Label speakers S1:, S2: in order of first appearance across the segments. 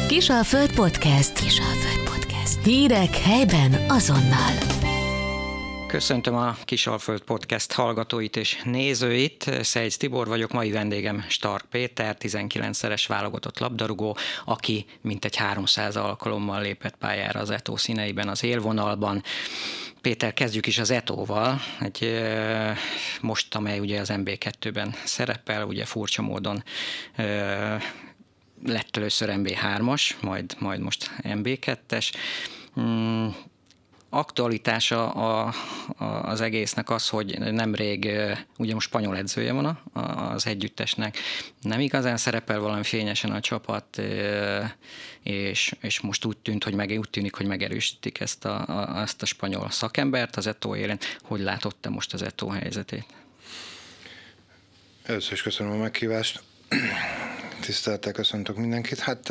S1: Kisalföld Podcast. Kisalföld Podcast. Hírek helyben azonnal.
S2: Köszöntöm a Kisalföld Podcast hallgatóit és nézőit. Szejc Tibor vagyok, mai vendégem Stark Péter, 19-szeres válogatott labdarúgó, aki mintegy 300 alkalommal lépett pályára az Eto színeiben, az élvonalban. Péter, kezdjük is az Etóval, most amely ugye az MB2-ben szerepel, ugye furcsa módon lett először MB3-as, majd most MB2-es. Aktualitása az egésznek az, hogy nemrég, ugye most spanyol edzője van az együttesnek, nem igazán szerepel valami fényesen a csapat, és most úgy tűnik, hogy megerősítik ezt a spanyol szakembert az Eto élén. Hogy látod te most az Eto helyzetét?
S3: Először is köszönöm a meghívást. Tisztelettel köszöntök mindenkit. Hát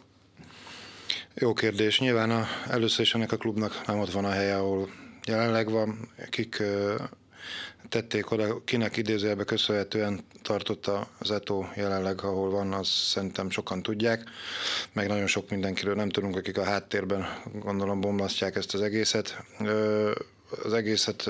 S3: jó kérdés. Nyilván először is ennek a klubnak nem ott van a helye, ahol jelenleg van. Kik tették oda, kinek idézőjelbe köszönhetően tartotta az Eto jelenleg, ahol van, azt szerintem sokan tudják. Meg nagyon sok mindenkiről nem tudunk, akik a háttérben gondolom bomlasztják ezt az egészet. Az egészet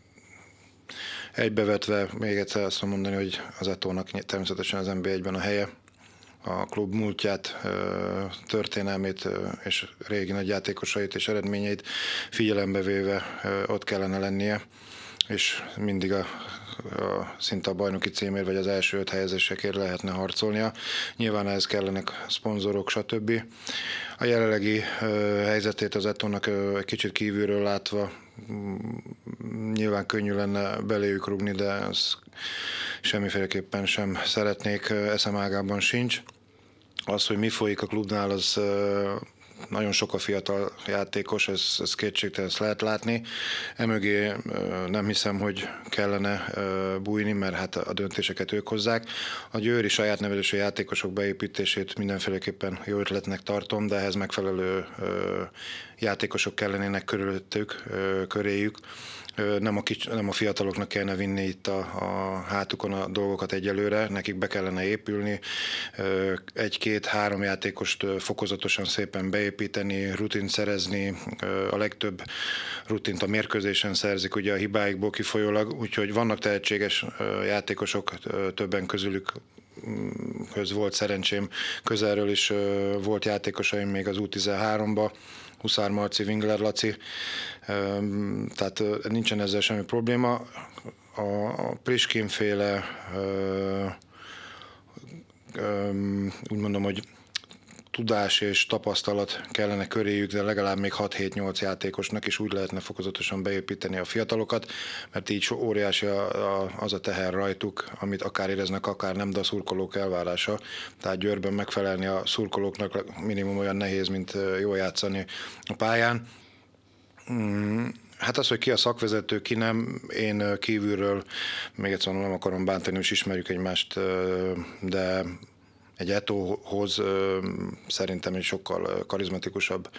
S3: egybevetve még egyszer azt mondani, hogy az Etónak természetesen az NB1-ben a helye. A klub múltját, történelmét és régi nagy játékosait és eredményeit figyelembe véve ott kellene lennie, és mindig szinte a bajnoki címért vagy az első 5 helyezésekért lehetne harcolnia. Nyilván ehhez kellenek szponzorok, stb. A jelenlegi helyzetét az Etónak egy kicsit kívülről látva nyilván könnyű lenne beléjük rúgni, de ezt semmiféleképpen sem szeretnék, eszemágában sincs. Az, hogy mi folyik a klubnál, az nagyon sok a fiatal játékos, ez kétségtelen, ezt lehet látni. Emögé nem hiszem, hogy kellene bújni, mert hát a döntéseket ők hozzák. A győri saját nevelésű játékosok beépítését mindenféleképpen jó ötletnek tartom, de ehhez megfelelő játékosok kellenének körülöttük, köréjük. Nem a fiataloknak kellene vinni itt a hátukon a dolgokat egyelőre, nekik be kellene épülni, 1-2-3 játékost fokozatosan szépen beépíteni, rutint szerezni, a legtöbb rutint a mérkőzésen szerzik, ugye a hibáikból kifolyólag, úgyhogy vannak tehetséges játékosok, többen közülük köz volt szerencsém, közelről is volt játékosaim még az U13-ba, Huszár Marci, Wingler Laci, tehát nincsen ezzel semmi probléma. A Priskin féle, úgy mondom, hogy tudás és tapasztalat kellene köréjük, de legalább még 6-7-8 játékosnak is úgy lehetne fokozatosan beépíteni a fiatalokat, mert így óriási az a teher rajtuk, amit akár éreznek, akár nem, de a szurkolók elvárása. Tehát Győrben megfelelni a szurkolóknak minimum olyan nehéz, mint jól játszani a pályán. Hát az, hogy ki a szakvezető, ki nem, én kívülről, még egyszer nem akarom bántani, és ismerjük egymást, de egy Etóhoz szerintem egy sokkal karizmatikusabb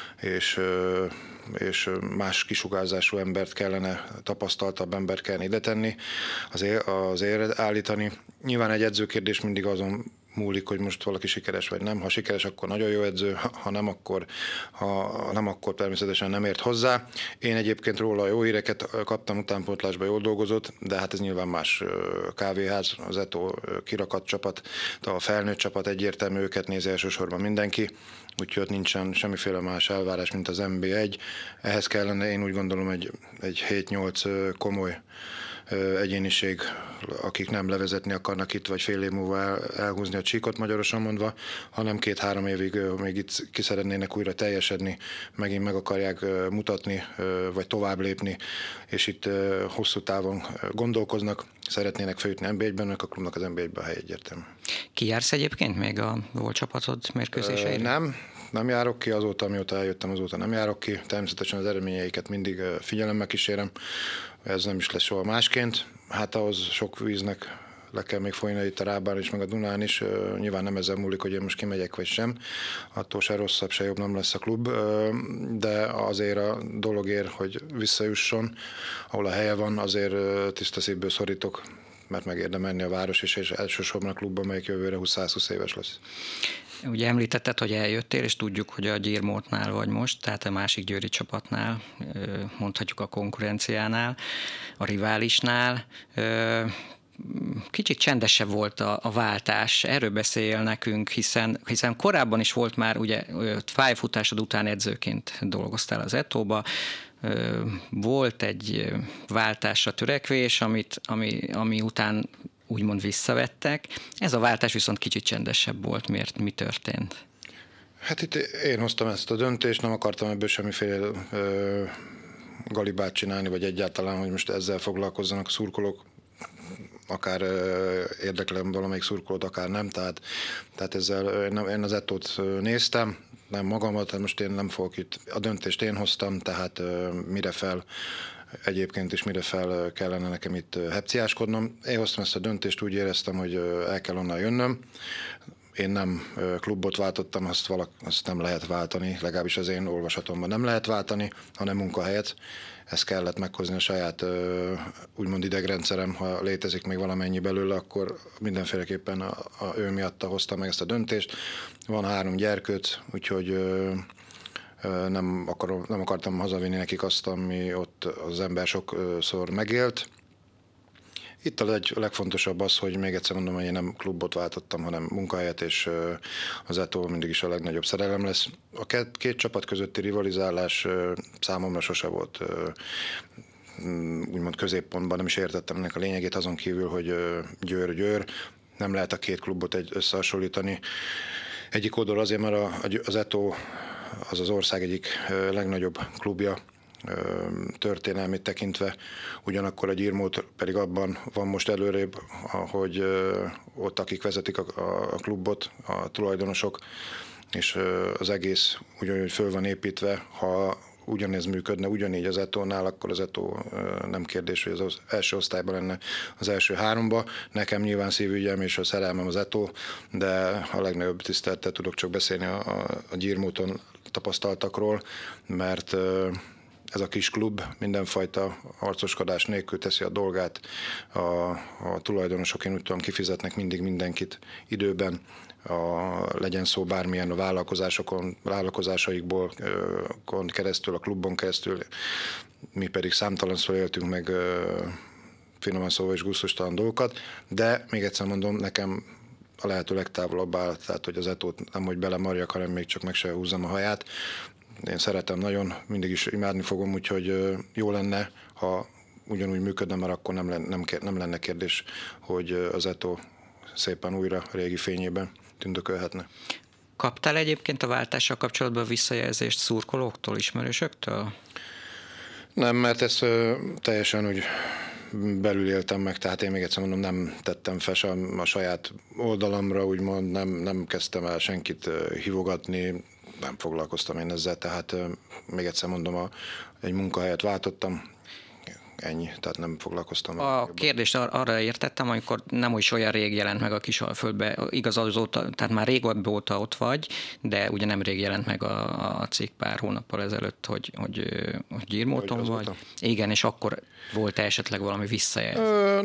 S3: és más kisugárzású embert kellene, tapasztaltabb embert kellene ide tenni, azért állítani. Nyilván egy edzőkérdés mindig azon múlik, hogy most valaki sikeres vagy nem. Ha sikeres, akkor nagyon jó edző, ha nem, akkor természetesen nem ért hozzá. Én egyébként róla jó híreket kaptam, utánpótlásban jól dolgozott, de hát ez nyilván más kávéház, az Eto kirakat csapat, a felnőtt csapat egyértelmű, őket nézi elsősorban mindenki, úgyhogy ott nincsen semmiféle más elvárás, mint az MB1. Ehhez kellene, én úgy gondolom, egy 7-8 komoly egyéniség, akik nem levezetni akarnak itt, vagy fél év múlva elhúzni a csíkot, magyarosan mondva, hanem 2-3 évig még itt ki szeretnének újra teljesedni, megint meg akarják mutatni, vagy tovább lépni, és itt hosszú távon gondolkoznak, szeretnének feljutni NB1-ben, a klubnak az NB1-ben a hely egyértelmű.
S2: Ki jársz egyébként még a volt csapatod mérkőzéseire?
S3: Nem járok ki, amióta eljöttem, azóta nem járok ki. Természetesen az eredményeiket mindig figyelemmel kísérem, ez nem is lesz soha másként. Hát ahhoz sok víznek le kell még folyni itt a Rábán is, meg a Dunán is. Nyilván nem ezzel múlik, hogy én most kimegyek vagy sem. Attól se rosszabb, se jobb nem lesz a klub, de azért a dologért, hogy visszajusson, ahol a helye van, azért tiszta szívből szorítok, mert megérdemelni a város is, és elsősorban a klubban, melyik jövőre 120 éves lesz.
S2: Ugye említetted, hogy eljöttél, és tudjuk, hogy a Gyirmótnál vagy most, tehát a másik győri csapatnál, mondhatjuk a konkurenciánál, a riválisnál. Kicsit csendesebb volt a váltás, erről beszél nekünk, hiszen korábban is volt már, ugye pályafutásod után edzőként dolgoztál az Etóba, volt egy váltásra törekvés, ami után úgymond visszavettek. Ez a váltás viszont kicsit csendesebb volt. Miért? Mi történt?
S3: Hát itt én hoztam ezt a döntést, nem akartam ebből semmiféle galibát csinálni, vagy egyáltalán, hogy most ezzel foglalkozzanak a szurkolók, akár érdeklem valamelyik szurkolót, akár nem, tehát ezzel én az Etót néztem, nem magamat, tehát most én nem fogok itt, a döntést én hoztam, tehát mire fel kellene nekem itt hepciáskodnom. Én hoztam ezt a döntést, úgy éreztem, hogy el kell onnan jönnöm. Én nem klubot váltottam, azt nem lehet váltani, legalábbis az én olvasatomban nem lehet váltani, hanem munkahelyet. Ezt kellett meghozni a saját úgymond idegrendszerem, ha létezik még valamennyi belőle, akkor mindenféleképpen ő miatta hoztam meg ezt a döntést. Van 3 gyerkőc, úgyhogy nem akartam hazavinni nekik azt, ami ott az ember sokszor megélt. Itt a legfontosabb az, hogy még egyszer mondom, hogy én nem klubot váltottam, hanem munkahelyet, és az Etó mindig is a legnagyobb szerelem lesz. A két csapat közötti rivalizálás számomra sose volt úgymond középpontban, nem is értettem ennek a lényegét, azon kívül, hogy Győr, nem lehet a két klubot összehasonlítani. Egyik oldalról azért, mert az Etó az ország egyik legnagyobb klubja, történelmét tekintve, ugyanakkor a Gyirmót pedig abban van most előrébb, hogy ott akik vezetik a klubot, a tulajdonosok, és az egész ugyanúgy föl van építve, ha ugyanez működne, ugyanígy az Etónál, akkor az Etó nem kérdés, hogy az első osztályban lenne az első 3-ba. Nekem nyilván szívügyem és a szerelmem az Etó, de a legnagyobb tisztelettel tudok csak beszélni a Gyirmóton tapasztaltakról, mert ez a kis klub mindenfajta arcoskodás nélkül teszi a dolgát. A tulajdonosok, én úgy tudom, kifizetnek mindig mindenkit időben, legyen szó bármilyen a vállalkozásaikból keresztül, a klubon keresztül, mi pedig számtalanszor éltünk meg finoman szóval is gusztustalan dolgokat, de még egyszer mondom, nekem a lehető legtávolabb áll, tehát hogy az Etót nem hogy belemarjak, hanem még csak meg se húzzam a haját. Én szeretem nagyon, mindig is imádni fogom, úgyhogy jó lenne, ha ugyanúgy működne, mert akkor nem lenne kérdés, hogy az Etó szépen újra régi fényében tündökölhetne.
S2: Kaptál egyébként a váltással kapcsolatban visszajelzést szurkolóktól, ismerősöktől?
S3: Nem, mert ezt teljesen úgy belül éltem meg, tehát én még egyszer mondom, nem tettem fel a saját oldalamra, úgymond nem kezdtem el senkit hívogatni, nem foglalkoztam én ezzel, tehát még egyszer mondom, egy munkahelyet váltottam, ennyi, tehát nem foglalkoztam.
S2: A kérdést arra értettem, amikor nem is olyan rég jelent meg a Kisalföldbe, igaz azóta, tehát már régóta ott vagy, de ugye nem rég jelent meg a cikk pár hónappal ezelőtt, hogy Gyirmóton vagy. Igen, és akkor volt esetleg valami visszajelzés?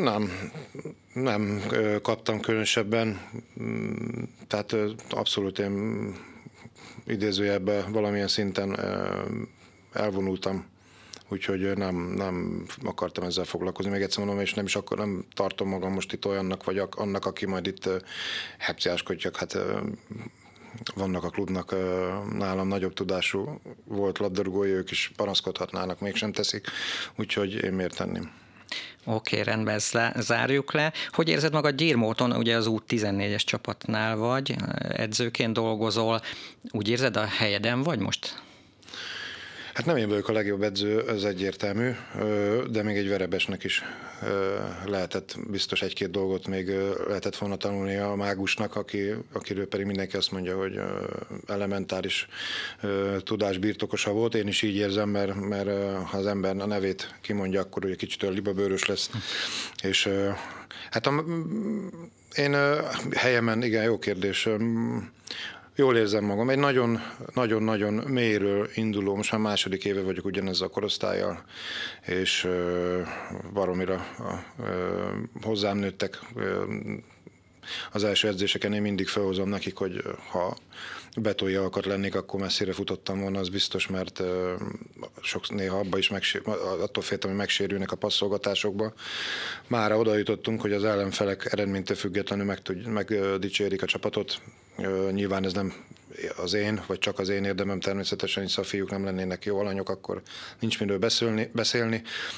S2: Nem kaptam különösebben, tehát abszolút én idézőjelben valamilyen szinten elvonultam, úgyhogy nem akartam ezzel foglalkozni. Még egyszer mondom, és nem tartom magam most itt olyannak, vagy annak, aki majd itt hepciáskodjak. Hát vannak a klubnak nálam nagyobb tudású volt labdarúgói, ők is panaszkodhatnának, mégsem teszik, úgyhogy én miért tenném. Oké, rendben, zárjuk le. Hogy érzed magad Gyirmóton? Ugye az U14-es csapatnál vagy, edzőként dolgozol. Úgy érzed, a helyeden vagy most?
S3: Hát nem én vagyok a legjobb edző, ez egyértelmű, de még egy verebesnek is lehetett biztos 1-2 dolgot még lehetett volna tanulni a mágusnak, akiről pedig mindenki azt mondja, hogy elementáris tudás birtokosa volt. Én is így érzem, mert ha az ember a nevét kimondja, akkor ugye kicsit olyan libabőrös lesz. És hát én helyemen, igen, jó kérdés. Jól érzem magam. Egy nagyon-nagyon mélyről induló, most már második éve vagyok ugyanezzel a korosztállyal, és baromira hozzám nőttek az első edzéseken én mindig felhozom nekik, hogy ha betói alkat lennék, akkor messzire futottam volna, az biztos, mert néha abba is attól féltem, hogy megsérülnek a passzolgatásokba. Mára oda jutottunk, hogy az ellenfelek eredménytől függetlenül megdicsérik a csapatot. Nyilván ez nem az én, vagy csak az én érdemem természetesen, hisz a fiúk nem lennének jó alanyok, akkor nincs miről beszélni.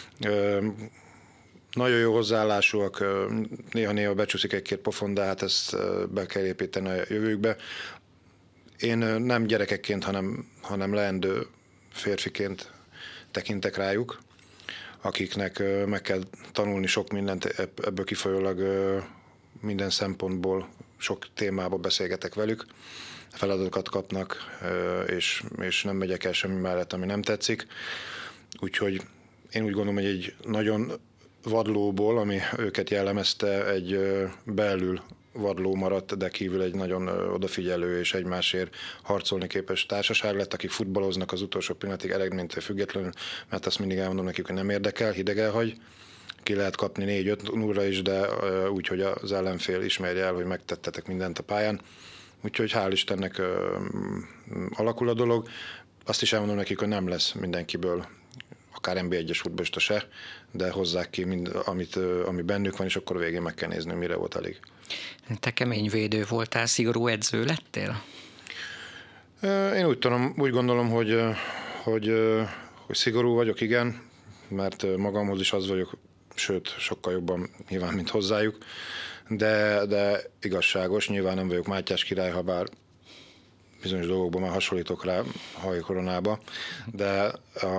S3: Nagyon jó hozzáállásúak, néha-néha becsúszik egy-két pofon, de hát ezt be kell építeni a jövőkbe. Én nem gyerekekként, hanem leendő férfiként tekintek rájuk, akiknek meg kell tanulni sok mindent, ebből kifolyólag minden szempontból sok témába beszélgetek velük, feladatokat kapnak, és nem megyek el semmi mellett, ami nem tetszik. Úgyhogy én úgy gondolom, hogy egy nagyon vadlóból, ami őket jellemezte, egy belül vadló maradt, de kívül egy nagyon odafigyelő és egymásért harcolni képes társaság lett, akik futballoznak az utolsó pillanatig eredménytől függetlenül, mert azt mindig elmondom nekik, hogy nem érdekel, hideg elhagy, ki lehet kapni 4-5-0-ra is, de úgy, hogy az ellenfél ismerje el, hogy megtettetek mindent a pályán. Úgyhogy hál' Istennek alakul a dolog. Azt is elmondom nekik, hogy nem lesz mindenkiből akár NB1-es futballista se, de hozzák ki ami bennük van, és akkor a végén meg kell nézni, mire volt elég.
S2: Te kemény védő voltál, szigorú edző lettél?
S3: Én úgy gondolom, hogy szigorú vagyok, igen, mert magamhoz is az vagyok, sőt, sokkal jobban nyilván, mint hozzájuk, de igazságos, nyilván nem vagyok Mátyás király, ha bár bizonyos dolgokban már hasonlítok rá hajkoronába, de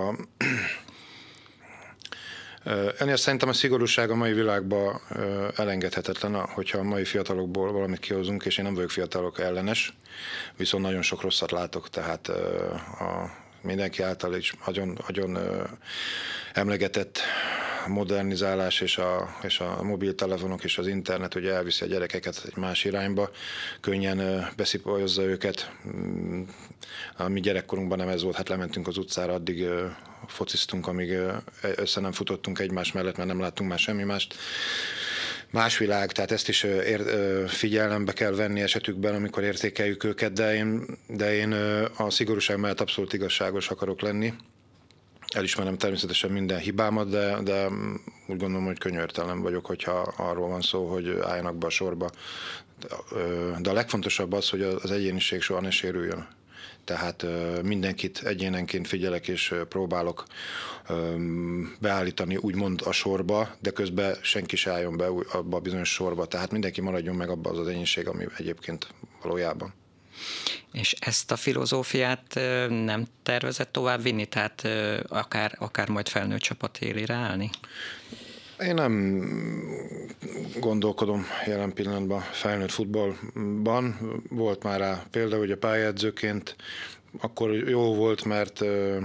S3: ennél szerintem a szigorúság a mai világban elengedhetetlen, hogyha a mai fiatalokból valamit kihozunk, és én nem vagyok fiatalok ellenes, viszont nagyon sok rosszat látok, tehát mindenki által is nagyon emlegetett modernizálás és a mobiltelefonok és az internet ugye elviszi a gyerekeket egy más irányba, könnyen beszipolyozza őket. A mi gyerekkorunkban nem ez volt, hát lementünk az utcára, addig fociztunk, amíg össze nem futottunk egymás mellett, mert nem láttunk már semmi mást. Más világ, tehát ezt is figyelembe kell venni esetükben, amikor értékeljük őket, de én a szigorúság mellett abszolút igazságos akarok lenni. Elismerem természetesen minden hibámat, de úgy gondolom, hogy könyörtelen vagyok, hogyha arról van szó, hogy álljanak be a sorba. De a legfontosabb az, hogy az egyéniség soha ne sérüljön. Tehát mindenkit egyénenként figyelek és próbálok beállítani úgymond a sorba, de közben senki se álljon be abba a bizonyos sorba. Tehát mindenki maradjon meg abba az egyéniség, ami egyébként valójában.
S2: És ezt a filozófiát nem tervezett tovább vinni, tehát akár majd felnőtt csapat élére állni?
S3: Én nem gondolkodom jelen pillanatban felnőtt futballban. Volt már rá példa, hogy a pályaedzőként akkor jó volt, mert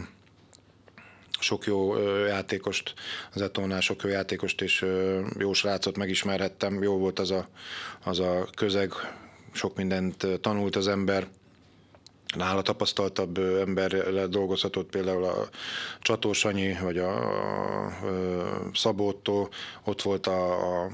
S3: sok jó játékost, az Etónál sok jó játékost és jó srácot megismerhettem. Jó volt az a közeg, sok mindent tanult az ember. Nála tapasztaltabb emberrel dolgozhatott, például a Csató Sanyi, vagy a Szabó Ottó, ott volt a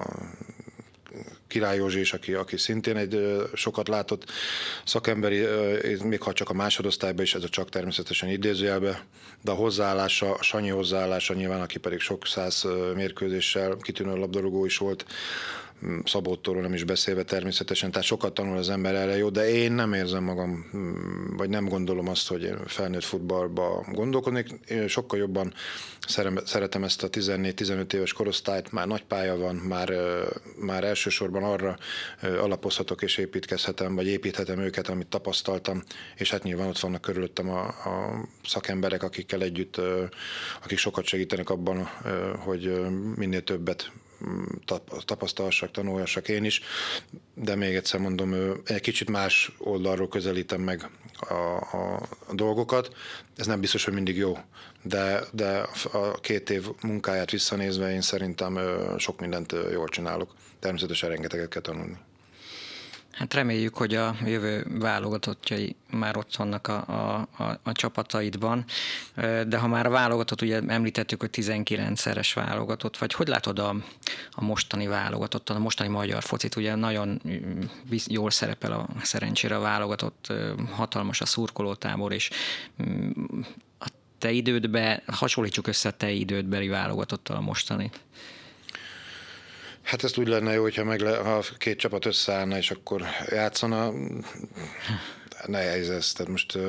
S3: Király Józsi is, aki szintén egy sokat látott szakemberi, még ha csak a másodosztályban is, ez a csak természetesen idézőjelbe, de a hozzáállása, a Sanyi hozzáállása nyilván, aki pedig sok száz mérkőzéssel kitűnő labdarúgó is volt, Szabó Ottóról nem is beszélve természetesen, tehát sokat tanul az ember erre, jó, de én nem érzem magam, vagy nem gondolom azt, hogy felnőtt futballba gondolkodnék. Én sokkal jobban szeretem ezt a 14-15 éves korosztályt, már nagy pálya van, már elsősorban arra alapozhatok és építkezhetem, vagy építhetem őket, amit tapasztaltam, és hát nyilván ott vannak körülöttem a szakemberek, akikkel együtt, akik sokat segítenek abban, hogy minél többet tapasztalhassak, tanulhassak én is, de még egyszer mondom, egy kicsit más oldalról közelítem meg a dolgokat. Ez nem biztos, hogy mindig jó, de a 2 év munkáját visszanézve én szerintem sok mindent jól csinálok. Természetesen rengeteget kell tanulni.
S2: Hát reméljük, hogy a jövő válogatottjai már ott vannak a csapataidban, de ha már a válogatott, ugye említettük, hogy 19-szeres válogatott, vagy hogy látod a mostani válogatottan, a mostani magyar focit, ugye nagyon jól szerepel szerencsére a válogatott, hatalmas a szurkolótábor, és a te idődbe, hasonlítsuk össze a te idődbeli válogatottal a mostanit.
S3: Hát ezt úgy lenne jó, hogyha ha két csapat összeállna, és akkor játszana. Nehéz ez. Tehát most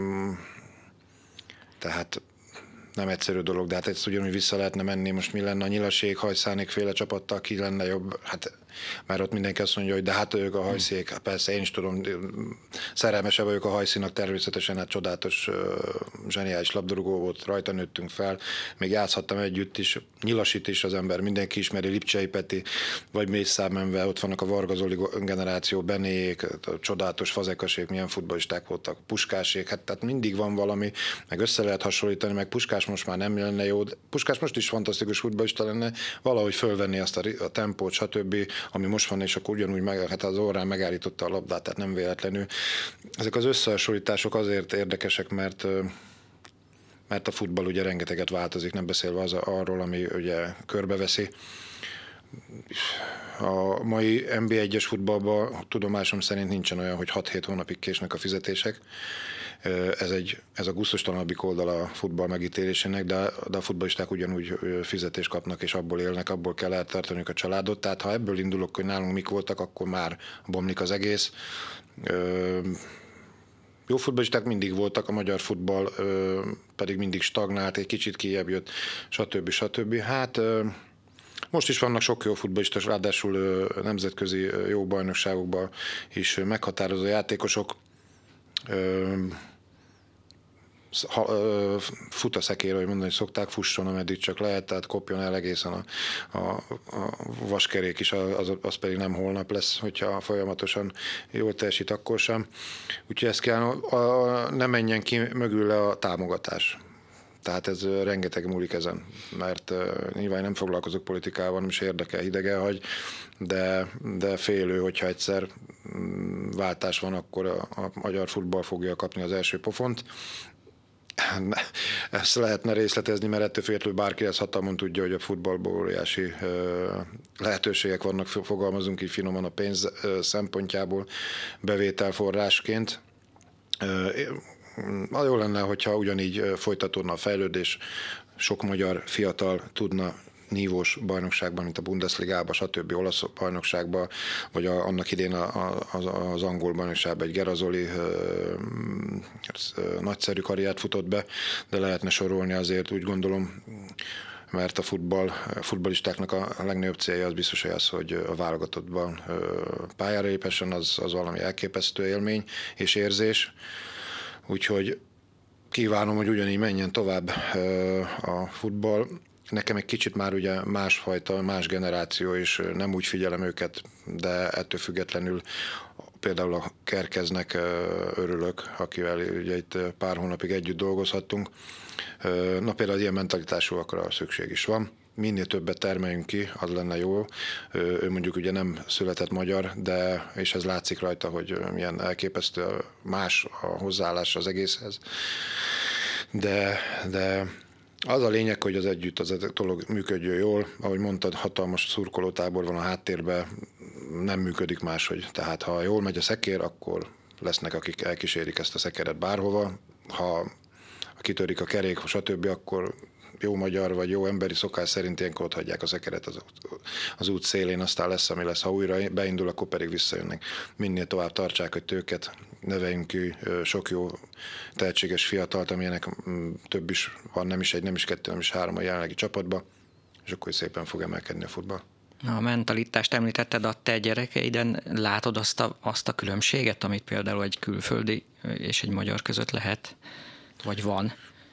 S3: tehát nem egyszerű dolog, de hát ezt ugyanúgy vissza lehetne menni. Most mi lenne a Nyilasék, Hajszánék féle csapattal, ki lenne jobb? Hát már ott mindenki azt mondja, hogy de hát ők a Hajszék, persze én is tudom, szerelmese vagyok a Hajszínak természetesen, hát csodálatos, zseniális labdarúgó volt, rajta nőttünk fel, még játszhattam együtt is, Nyilasit is az ember, mindenki ismeri, Lipcsei Peti, vagy Mészámenve, ott vannak a Varga Zoli generáció, Benéjék, csodálatos Fazekasék, milyen futballisták voltak, Puskásék, hát tehát mindig van valami, meg össze lehet hasonlítani, meg Puskás most már nem lenne jó, Puskás most is fantasztikus futballista lenne, valahogy fölvenni azt a tempót, stb., ami most van, és akkor ugyanúgy hát az orrán megállította a labdát, tehát nem véletlenül. Ezek az összehasonlítások azért érdekesek, mert a futball ugye rengeteget változik, nem beszélve arról, ami ugye körbeveszi. A mai NB1-es futballban tudomásom szerint nincsen olyan, hogy 6-7 hónapig késnek a fizetések. Ez a gusztustalanabbik oldala a futball megítélésének, de a futballisták ugyanúgy fizetést kapnak, és abból élnek, abból kell eltartaniuk a családot. Tehát ha ebből indulok, hogy nálunk mik voltak, akkor már bomlik az egész. Jó futballisták mindig voltak, a magyar futball pedig mindig stagnált, egy kicsit kijebb jött, stb. Hát most is vannak sok jó futballisták, ráadásul nemzetközi jó bajnokságokban is meghatározó játékosok. Fut a szekér, hogy mondani szokták, fusson, ameddig csak lehet, tehát kopjon el egészen a vaskerék is, az pedig nem holnap lesz, hogyha folyamatosan jól teljesít, akkor sem. Úgyhogy ezt kell, ne menjen ki mögül a támogatás. Tehát ez rengeteg múlik ezen, mert nyilván nem foglalkozok politikával, nem is érdekel, hidegen hagy, de félő, hogyha egyszer váltás van, akkor a magyar futball fogja kapni az első pofont. Ezt lehetne részletezni, mert ettől függetlenül bárki ezt hatalmon tudja, hogy a futballból óriási lehetőségek vannak, fogalmazunk így finoman a pénz szempontjából bevételforrásként. Jó lenne, hogyha ugyanígy folytatódna a fejlődés, sok magyar fiatal tudna nívós bajnokságban, mint a Bundesligában, stb. Olasz bajnokságban, vagy annak idén az angol bajnokságban egy Gerazoli nagyszerű karriert futott be, de lehetne sorolni azért, úgy gondolom, mert a futballistáknak a legnagyobb célja az biztos, hogy a válogatottban pályára lépessen, az valami elképesztő élmény és érzés. Úgyhogy kívánom, hogy ugyanígy menjen tovább a futball. Nekem egy kicsit már ugye másfajta, más generáció, és nem úgy figyelem őket, de ettől függetlenül például a Kerkeznek örülök, akivel ugye itt pár hónapig együtt dolgozhattunk. Na például ilyen mentalitásúakra szükség is van. Minél többet termeljünk ki, az lenne jó. Ő mondjuk ugye nem született magyar, és ez látszik rajta, hogy milyen elképesztő más a hozzáállás az egészhez. De az a lényeg, hogy az együtt az a dolog működjön jól. Ahogy mondtad, hatalmas szurkolótábor van a háttérben, nem működik máshogy. Tehát ha jól megy a szekér, akkor lesznek, akik elkísérik ezt a szekeret bárhova. Ha kitörik a kerék, stb., akkor jó magyar vagy jó emberi szokás szerint ilyenkor ott hagyják a szekeret az út szélén, aztán lesz, ami lesz. Ha újra beindul, akkor pedig visszajönnek. Minél tovább tartsák, hogy őket neveljünk ki sok jó tehetséges fiatalt, amilyenek több is van, nem is egy, nem is kettő, nem is három a jelenlegi csapatban, és akkor szépen fog emelkedni a futball.
S2: A mentalitást említetted, a te gyerekeiden látod azt a különbséget, amit például egy külföldi és egy magyar között lehet, vagy van?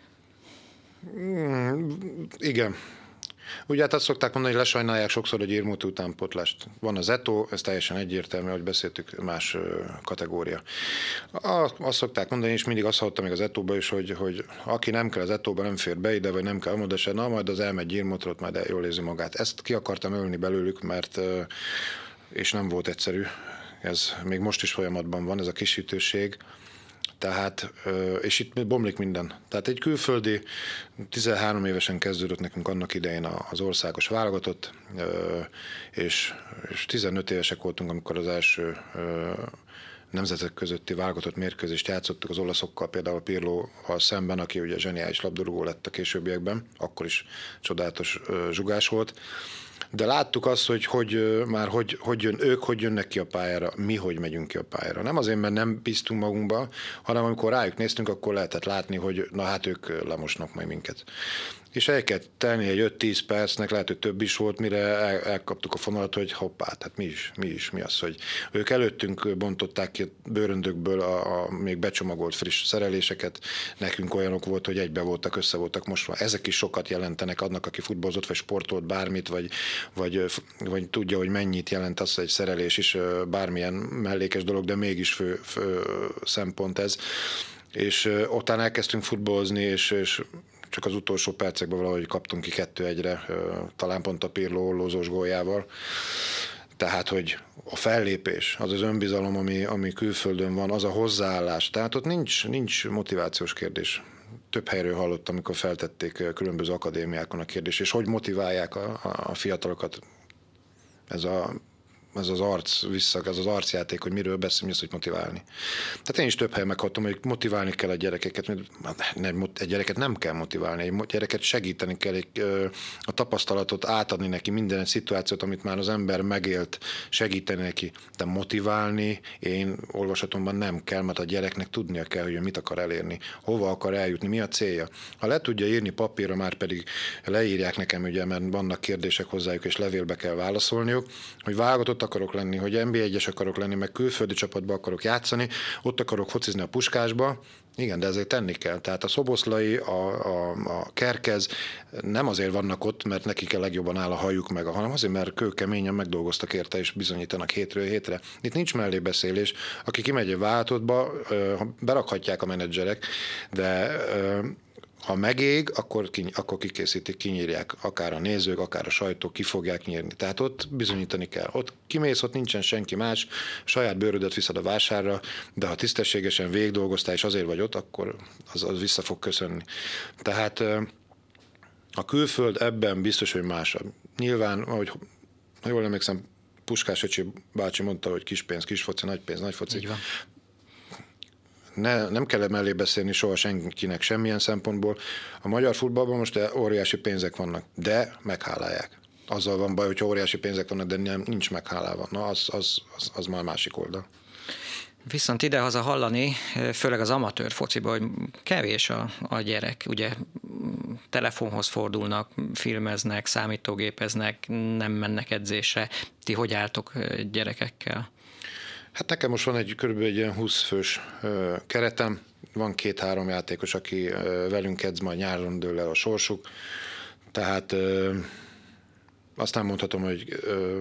S3: Igen. Ugye hát azt szokták mondani, hogy lesajnálják sokszor, hogy írmót utánpótlást. Van az ETO, ez teljesen egyértelmű, ahogy beszéltük, más kategória. Azt szokták mondani, és mindig azt hallottam még az ETO-ba is, hogy aki nem kell az ETO-ba, nem fér be ide, vagy nem kell oda se, na majd az elmegy írmótra, ott majd jól érzi magát. Ezt ki akartam ölni belőlük, és nem volt egyszerű. ez még most is folyamatban van, ez a kisütőség. Tehát, és itt bomlik minden. Tehát egy külföldi, 13 évesen kezdődött nekünk annak idején az országos válogatott, és 15 évesek voltunk, amikor az első nemzetek közötti válogatott mérkőzést játszottuk az olaszokkal, például Pirlóval szemben, aki ugye zseniális labdarúgó lett a későbbiekben, akkor is csodálatos zsugás volt. De láttuk azt, hogy ők jönnek ki a pályára, mi hogy megyünk ki a pályára. Nem azért, mert nem bíztunk magunkba, hanem amikor rájuk néztünk, akkor lehetett látni, hogy na hát ők lemosnak majd minket. És el kell tenni egy 5-10 percnek, lehet, hogy több is volt, mire elkaptuk a fonalat, hogy hoppá, tehát mi az, hogy ők előttünk bontották ki a bőröndökből a még becsomagolt friss szereléseket, nekünk olyanok volt, hogy egybe voltak, össze voltak mosva. Ezek is sokat jelentenek annak, aki futballozott, vagy sportolt bármit, vagy tudja, hogy mennyit jelent az, egy szerelés is, bármilyen mellékes dolog, de mégis fő szempont ez. És ottan elkezdtünk futballozni, és csak az utolsó percekben valahogy kaptunk ki 2-1-re, talán pont a Pirlo ollózós góljával. Tehát, hogy a fellépés, az önbizalom, ami külföldön van, az a hozzáállás. Tehát ott nincs motivációs kérdés. Több helyről hallottam, amikor feltették különböző akadémiákon a kérdést, és hogy motiválják a fiatalokat. Ez az arcjáték, hogy miről beszélünk, hogy motiválni. Tehát én is több helyen meghallottam, hogy motiválni kell a gyerekeket, egy gyereket nem kell motiválni, egy gyereket segíteni kell, a tapasztalatot átadni neki, minden szituációt, amit már az ember megélt, segíteni neki, de motiválni én olvasatomban nem kell, mert a gyereknek tudnia kell, hogy mit akar elérni, hova akar eljutni, mi a célja. Ha le tudja írni papírra, már pedig leírják nekem, ugye, mert vannak kérdések hozzájuk, és levélbe kell válaszolniuk, hogy válogatott akarok lenni, hogy NB1-es akarok lenni, meg külföldi csapatba akarok játszani, ott akarok focizni a Puskásba. Igen, de ezért tenni kell. Tehát a Szoboszlai, a Kerkez nem azért vannak ott, mert nekik a legjobban áll a hajuk meg, hanem azért, mert kőkeményen megdolgoztak érte, és bizonyítanak hétről hétre. Itt nincs mellébeszélés. Aki kimegy a váltottba, berakhatják a menedzserek, de ha megég, akkor kikészítik, kinyírják, akár a nézők, akár a sajtó, ki fogják nyírni. Tehát ott bizonyítani kell. Ott kimész, ott nincsen senki más, saját bőrödet viszed a vásárra, de ha tisztességesen végigdolgoztál, és azért vagy ott, akkor az vissza fog köszönni. Tehát a külföld ebben biztos, hogy másabb. Nyilván, ahogy jól emlékszem, Puskás öcsi bácsi mondta, hogy kis pénz, kis foci, nagy pénz, nagy foci. Nem kell mellé beszélni soha senkinek semmilyen szempontból. A magyar futballban most óriási pénzek vannak, de meghálálják. Azzal van baj, hogy óriási pénzek vannak, de nincs meghálálva. Na, az már másik oldal.
S2: Viszont idehaza hallani, főleg az amatőr fociban, hogy kevés a gyerek. Ugye telefonhoz fordulnak, filmeznek, számítógépeznek, nem mennek edzésre. Ti hogy álltok gyerekekkel?
S3: Hát nekem most van körülbelül egy ilyen 20 fős keretem, van 2-3 játékos, aki velünk edz, majd nyáron dől el a sorsuk, tehát azt nem mondhatom, hogy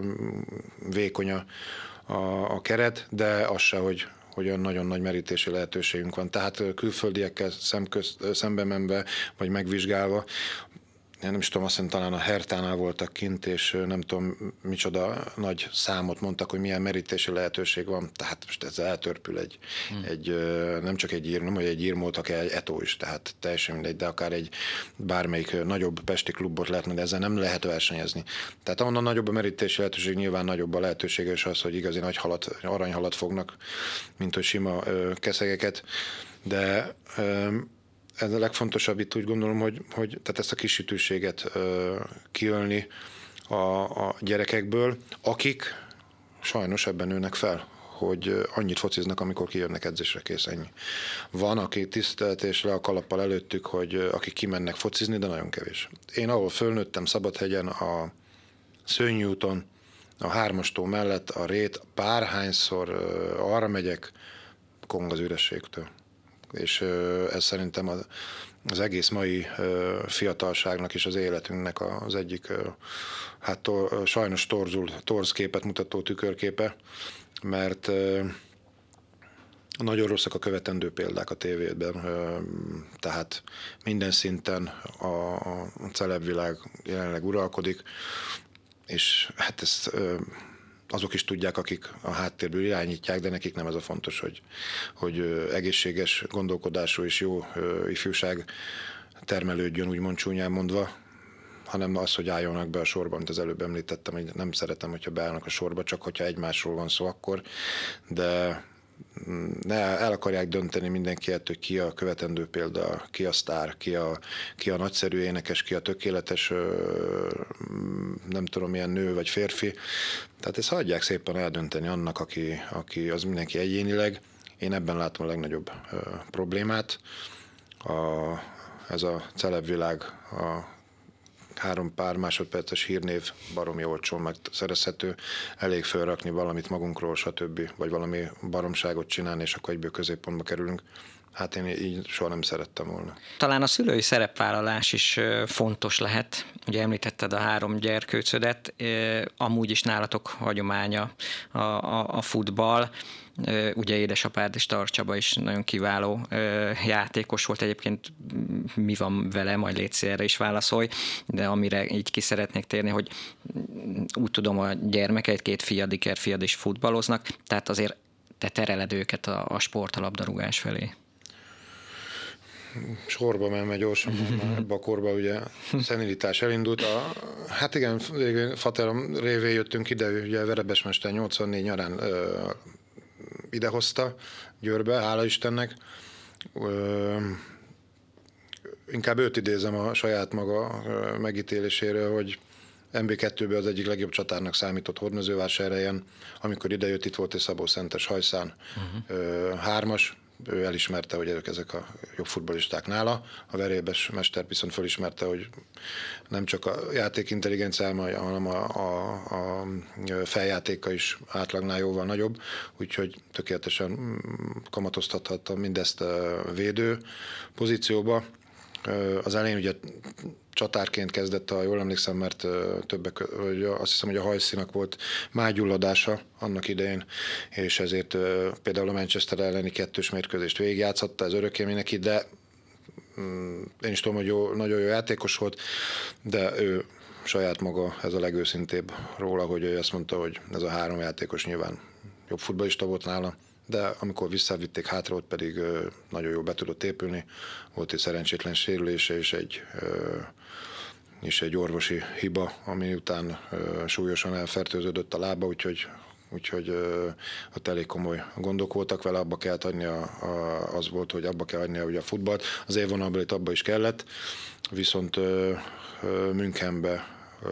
S3: vékony a keret, de az se, hogy olyan nagyon nagy merítési lehetőségünk van. Tehát külföldiekkel szembe menve, vagy megvizsgálva, én nem is tudom, azt hiszem, talán a Hertánál voltak kint, és nem tudom, micsoda nagy számot mondtak, hogy milyen merítési lehetőség van. Tehát most ez eltörpül nem csak egy ír, nem, hogy egy ír voltak, egy etó is, tehát teljesen mindegy, de akár egy bármelyik nagyobb pesti klubot lehetne, de ezzel nem lehet versenyezni. Tehát ahonnan nagyobb a merítési lehetőség, nyilván nagyobb a lehetősége, és az, hogy igazi nagy aranyhalat fognak, mint hogy sima keszegeket, de ez a legfontosabb itt, úgy gondolom, hogy tehát ezt a kisütőséget kiölni a gyerekekből, akik sajnos ebben nőnek fel, hogy annyit fociznak, amikor kijönnek edzésre, kész, ennyi. Van, aki tisztelt és le a kalappal előttük, hogy akik kimennek focizni, de nagyon kevés. Én ahol fölnőttem, Szabadhegyen, a Szőnyi úton, a Hármastó mellett, a Rét, bárhányszor arra megyek, kong az ürességtől. És ez szerintem az egész mai fiatalságnak és az életünknek az egyik, sajnos torz képet mutató tükörképe, mert nagyon rosszak a követendő példák a tévében, tehát minden szinten a celebvilág jelenleg uralkodik, és hát ezt azok is tudják, akik a háttérből irányítják, de nekik nem ez a fontos, hogy egészséges gondolkodású és jó ifjúság termelődjön, úgymond csúnyán mondva, hanem az, hogy álljanak be a sorba, amit az előbb említettem, hogy nem szeretem, hogyha beállnak a sorba, csak hogyha egymásról van szó akkor, de el akarják dönteni mindenkiet, hogy ki a követendő példa, ki a sztár, ki a nagyszerű énekes, ki a tökéletes, nem tudom milyen nő vagy férfi. Tehát ezt hagyják szépen eldönteni annak, aki az mindenki egyénileg. Én ebben látom a legnagyobb problémát. Ez a celebvilág, a 3 pár másodperces hírnév baromi olcsón megszerezhető, elég felrakni valamit magunkról, stb. Vagy valami baromságot csinálni, és akkor egyből középpontba kerülünk. Hát én így soha nem szerettem volna. Talán
S2: a szülői szerepvállalás is fontos lehet. Ugye említetted a 3 gyerkőcödet, amúgy is nálatok hagyománya a futball. Ugye édesapád Stark Csaba is nagyon kiváló játékos volt, egyébként mi van vele, majd légy erre is válaszolj, de amire így ki szeretnék térni, hogy úgy tudom, a gyermekeid, 2 fiad is futballoznak, tehát azért te tereled őket a sport, a labdarúgás felé.
S3: Sorba menve gyorsan, már ebbe a korba ugye szenilitás elindult. Hát igen, Faterom révén jöttünk ide, ugye Verebesmester 84 nyarán idehozta Győrbe, hála Istennek. Inkább őt idézem a saját maga megítéléséről, hogy MB2-ben az egyik legjobb csatárnak számított Hódmezővásárhelyen, amikor idejött, itt volt egy Szabó-Szentes Hajszán 3-as, ő elismerte, hogy ezek a jobb futballisták nála. A Verebes mester viszont felismerte, hogy nem csak a játékintelligenciája, hanem a feljátéka is átlagnál jóval nagyobb, úgyhogy tökéletesen kamatoztathatta mindezt védő pozícióba. Az elején ugye csatárként kezdett, ha jól emlékszem, mert azt hiszem, hogy a hajszínak volt mágyulladása annak idején, és ezért például a Manchester elleni 2 mérkőzést végigjátszotta, ez örökké neki, de én is tudom, hogy nagyon jó játékos volt, de ő saját maga, ez a legőszintébb róla, hogy ő azt mondta, hogy ez a 3 játékos nyilván jobb futballista volt nála, de amikor visszavitték hátra, ott pedig nagyon jól be tudott épülni. Volt egy szerencsétlen sérülése és egy orvosi hiba, ami után súlyosan elfertőződött a lába, úgyhogy ott elég komoly gondok voltak vele, abba kellett hagynia, az volt, hogy abba kell hagynia ugye a futballt. Az élvonalból itt abba is kellett, viszont Münchenbe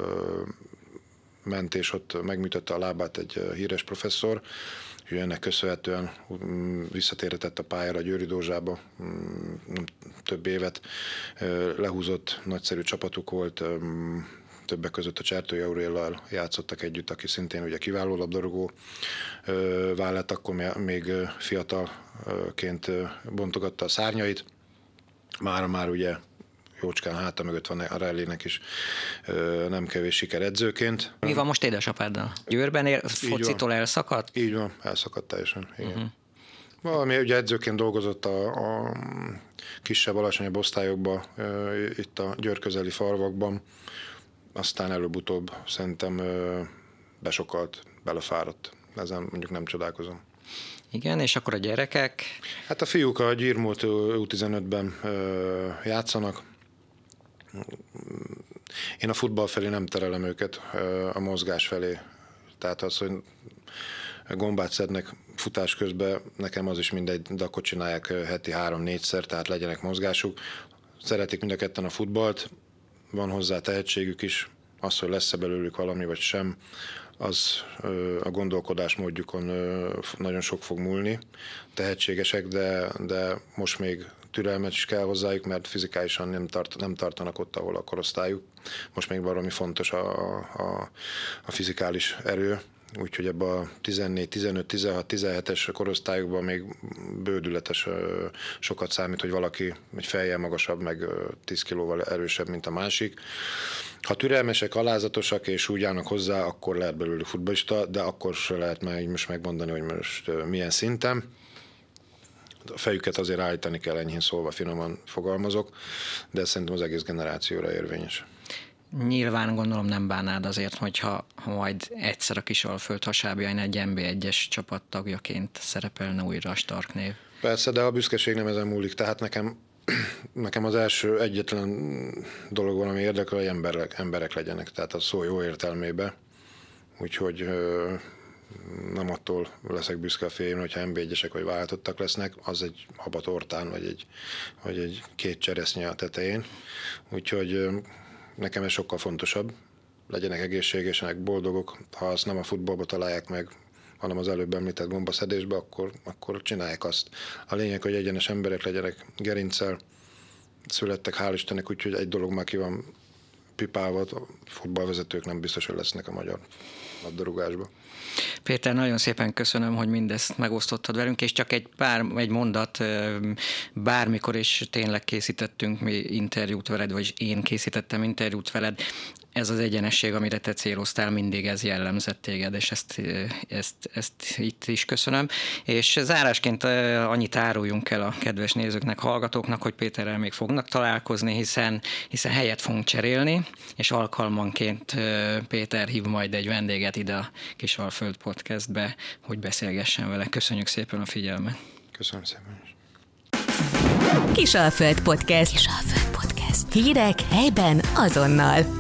S3: ment, és ott megműtötte a lábát egy híres professzor. Ennek köszönhetően visszatérhetett a pályára a Győri Dózsába, több évet lehúzott, nagyszerű csapatuk volt, többek között a Csertői Auréllal játszottak együtt, aki szintén ugye kiváló labdarúgó vállalt, akkor még fiatalként bontogatta a szárnyait, már ugye jócskán háta mögött van a Rellének is nem kevés siker edzőként.
S2: Mi van most édesapáddal? Győrben focitól elszakadt?
S3: Így van, elszakadt teljesen. Igen. Valami ugye edzőként dolgozott a kisebb, alacsonyabb osztályokban, itt a Győr közeli falvakban, aztán előbb-utóbb szerintem besokalt, belefáradt. Ezen mondjuk nem csodálkozom.
S2: Igen, és akkor a gyerekek?
S3: Hát a fiúk a Gyirmót U15-ben játszanak. Én a futball felé nem terelem őket, a mozgás felé. Tehát az, hogy gombát szednek futás közben, nekem az is mindegy, de akkor csinálják heti 3-4-szer, tehát legyenek mozgásuk. Szeretik mind a ketten a futballt, van hozzá tehetségük is, az, hogy lesz-e belőlük valami vagy sem, az a gondolkodásmódjukon nagyon sok fog múlni. Tehetségesek, de most még türelmet is kell hozzájuk, mert fizikálisan nem tartanak ott, ahol a korosztályuk. Most még valami fontos a fizikális erő, úgyhogy ebben a 14, 15, 16, 17-es korosztályokban még bődületes sokat számít, hogy valaki egy fejjel magasabb, meg 10 kilóval erősebb, mint a másik. Ha türelmesek, alázatosak és úgy állnak hozzá, akkor lehet belőle futballista, de akkor se lehet már most megmondani, hogy most milyen szinten. A fejüket azért állítani kell, enyhén szólva, finoman fogalmazok, de szerintem az egész generációra érvényes.
S2: Nyilván gondolom nem bánnád azért, hogyha majd egyszer a Kisalföld hasábjain egy NB1-es csapat tagjaként szerepelne újra a Stark név.
S3: Persze, de a büszkeség nem ezen múlik, tehát nekem az első egyetlen dolog valami érdekel, hogy emberek legyenek, tehát a szó jó értelmébe. Úgyhogy nem attól leszek büszke a fiaimra, hogyha NB1-esek vagy váltottak lesznek, az egy habatortán, vagy egy 2 cseresznye a tetején. Úgyhogy nekem ez sokkal fontosabb. Legyenek egészségesek, boldogok. Ha azt nem a futballba találják meg, hanem az előbb említett gombaszedésbe, akkor csinálják azt. A lényeg, hogy egyenes emberek legyenek, gerinccel születtek, hál' Istennek, úgyhogy egy dolog már ki van pipálva, a futballvezetők nem biztos, hogy lesznek a magyar labdarúgásba.
S2: Péter, nagyon szépen köszönöm, hogy mindezt megosztottad velünk, és csak egy mondat, bármikor is tényleg készítettünk mi interjút veled, vagy én készítettem interjút veled, ez az egyenesség, amire te céloztál, mindig ez jellemzett téged, és ezt itt is köszönöm. És zárásként annyit áruljunk el a kedves nézőknek, hallgatóknak, hogy Péterrel még fognak találkozni, hiszen helyet fogunk cserélni, és alkalmanként Péter hív majd egy vendéget ide a Kisalföld podcastbe, hogy beszélgessen vele. Köszönjük szépen a figyelmet.
S3: Köszönöm szépen is.
S1: Kisalföld Podcast. Kisalföld Podcast. Hírek helyben azonnal.